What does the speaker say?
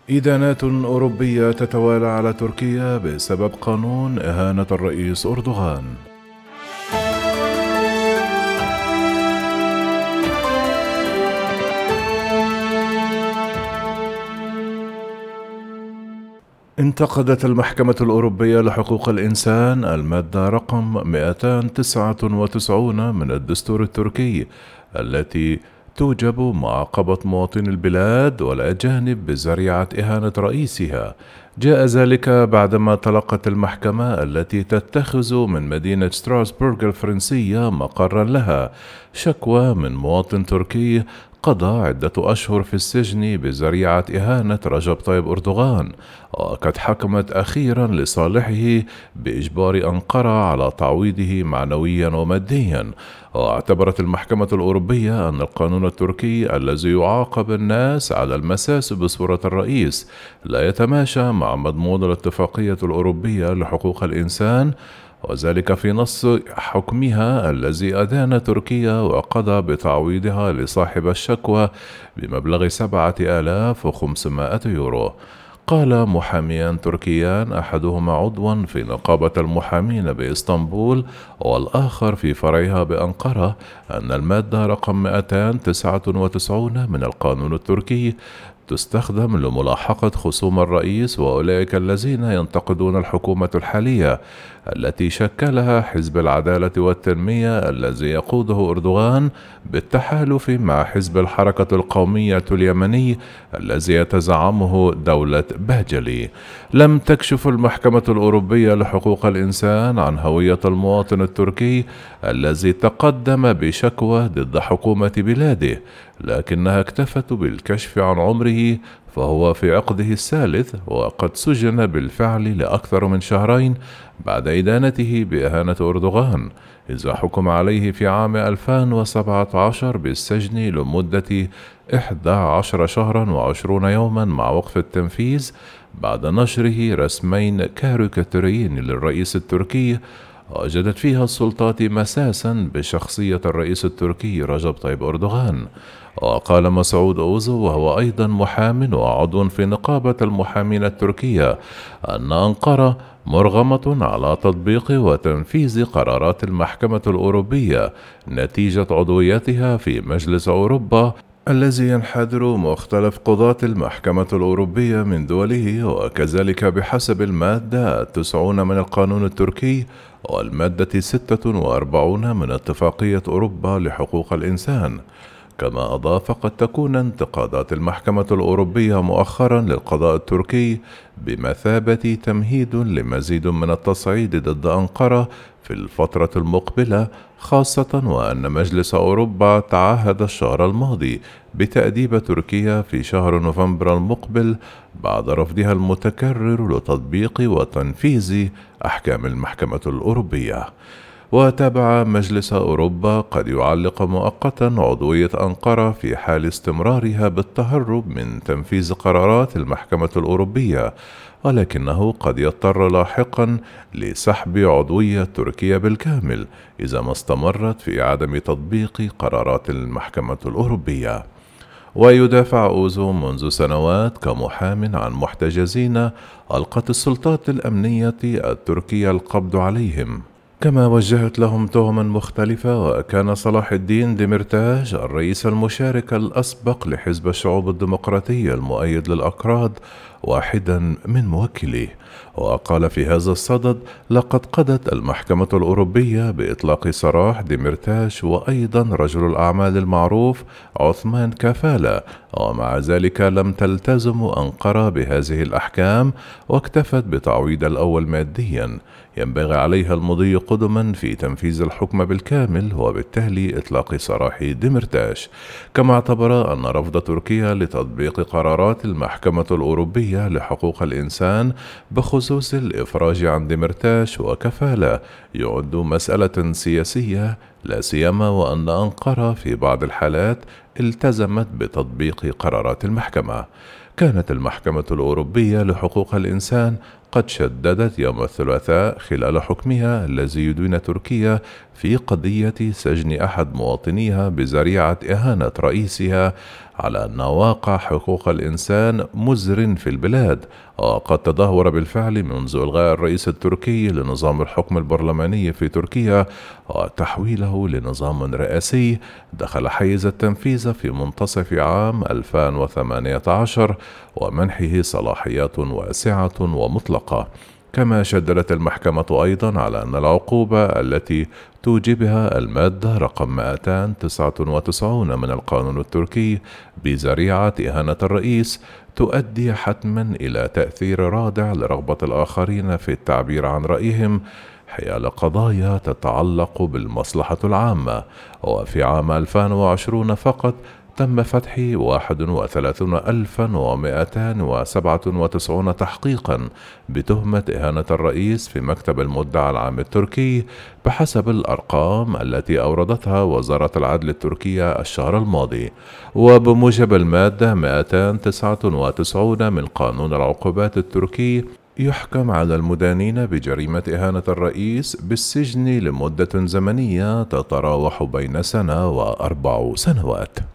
إدانات أوروبية تتوالى على تركيا بسبب قانون إهانة الرئيس أردوغان. انتقدت المحكمة الأوروبية لحقوق الإنسان المادة رقم 299 من الدستور التركي التي توجب معاقبة مواطني البلاد والأجانب بذريعة إهانة رئيسها. جاء ذلك بعدما تلقت المحكمة التي تتخذ من مدينة ستراسبورغ الفرنسية مقرا لها شكوى من مواطن تركي قضى عدة أشهر في السجن بذريعة إهانة رجب طيب أردوغان، وقد حكمت أخيرا لصالحه بإجبار أنقرة على تعويضه معنويا وماديا. واعتبرت المحكمة الأوروبية أن القانون التركي الذي يعاقب الناس على المساس بصورة الرئيس لا يتماشى مع مضمون الاتفاقية الأوروبية لحقوق الإنسان، وذلك في نص حكمها الذي أدان تركيا وقضى بتعويضها لصاحب الشكوى بمبلغ 7500 يورو. قال محاميان تركيان أحدهما عضوا في نقابة المحامين بإسطنبول والآخر في فرعها بأنقرة أن المادة رقم 299 من القانون التركي تستخدم لملاحقة خصوم الرئيس وأولئك الذين ينتقدون الحكومة الحالية التي شكلها حزب العدالة والتنمية الذي يقوده أردوغان بالتحالف مع حزب الحركة القومية اليمني الذي يتزعمه دولة باجلي. لم تكشف المحكمة الأوروبية لحقوق الإنسان عن هوية المواطن التركي الذي تقدم بشكوى ضد حكومة بلاده، لكنها اكتفت بالكشف عن عمره، فهو في عقده الثالث وقد سجن بالفعل لأكثر من شهرين بعد إدانته بإهانة أردوغان، إذا حكم عليه في عام 2017 بالسجن لمدة 11 شهرا و20 يوما مع وقف التنفيذ بعد نشره رسمين كاريكاتيريين للرئيس التركي وجدت فيها السلطات مساسا بشخصية الرئيس التركي رجب طيب أردوغان. وقال مسعود أوزو وهو أيضا محام وعضو في نقابة المحامين التركية أن أنقرة مرغمة على تطبيق وتنفيذ قرارات المحكمة الأوروبية نتيجة عضويتها في مجلس أوروبا الذي ينحدر مختلف قضاة المحكمة الأوروبية من دوله، وكذلك بحسب المادة 90 من القانون التركي والمادة 46 من اتفاقية أوروبا لحقوق الإنسان. كما أضاف قد تكون انتقادات المحكمة الأوروبية مؤخرا للقضاء التركي بمثابة تمهيد لمزيد من التصعيد ضد أنقرة في الفترة المقبلة، خاصة وأن مجلس أوروبا تعهد الشهر الماضي بتأديب تركيا في شهر نوفمبر المقبل بعد رفضها المتكرر لتطبيق وتنفيذ أحكام المحكمة الأوروبية. وتابع مجلس أوروبا قد يعلق مؤقتا عضوية أنقرة في حال استمرارها بالتهرب من تنفيذ قرارات المحكمة الأوروبية، ولكنه قد يضطر لاحقا لسحب عضوية تركيا بالكامل إذا ما استمرت في عدم تطبيق قرارات المحكمة الأوروبية. ويدافع أوزو منذ سنوات كمحام عن محتجزين ألقت السلطات الأمنية التركية القبض عليهم، كما وجهت لهم تهما مختلفة. وكان صلاح الدين ديمرتاج الرئيس المشارك الأسبق لحزب الشعوب الديمقراطية المؤيد للأكراد واحدا من موكليه، وقال في هذا الصدد: لقد قضت المحكمة الأوروبية بإطلاق سراح ديمرتاج وأيضا رجل الأعمال المعروف عثمان كافالا، ومع ذلك لم تلتزم أنقرة بهذه الأحكام واكتفت بتعويض الأول ماديا. ينبغي عليها المضي قدما في تنفيذ الحكم بالكامل وبالتالي إطلاق سراح ديمرتاش. كما اعتبر أن رفض تركيا لتطبيق قرارات المحكمة الأوروبية لحقوق الإنسان بخصوص الإفراج عن ديمرتاش وكفالة يعد مسألة سياسية، لا سيما وأن أنقرة في بعض الحالات التزمت بتطبيق قرارات المحكمة. كانت المحكمة الأوروبية لحقوق الإنسان قد شددت يوم الثلاثاء خلال حكمها الذي يدين تركيا في قضية سجن أحد مواطنيها بذريعة إهانة رئيسها على أن واقع حقوق الإنسان مزر في البلاد، وقد تدهور بالفعل منذ إلغاء الرئيس التركي لنظام الحكم البرلماني في تركيا وتحويله لنظام رئاسي دخل حيز التنفيذ في منتصف عام 2018 ومنحه صلاحيات واسعة ومطلقة. كما شددت المحكمة أيضا على أن العقوبة التي توجبها المادة رقم 299 من القانون التركي بذريعة إهانة الرئيس تؤدي حتما إلى تأثير رادع لرغبة الآخرين في التعبير عن رأيهم حيال قضايا تتعلق بالمصلحة العامة. وفي عام 2020 فقط تم فتح 31297 تحقيقا بتهمة إهانة الرئيس في مكتب المدعي العام التركي بحسب الأرقام التي أوردتها وزارة العدل التركية الشهر الماضي. وبموجب المادة 299 من قانون العقوبات التركي يحكم على المدانين بجريمة إهانة الرئيس بالسجن لمدة زمنية تتراوح بين سنة و4 سنوات.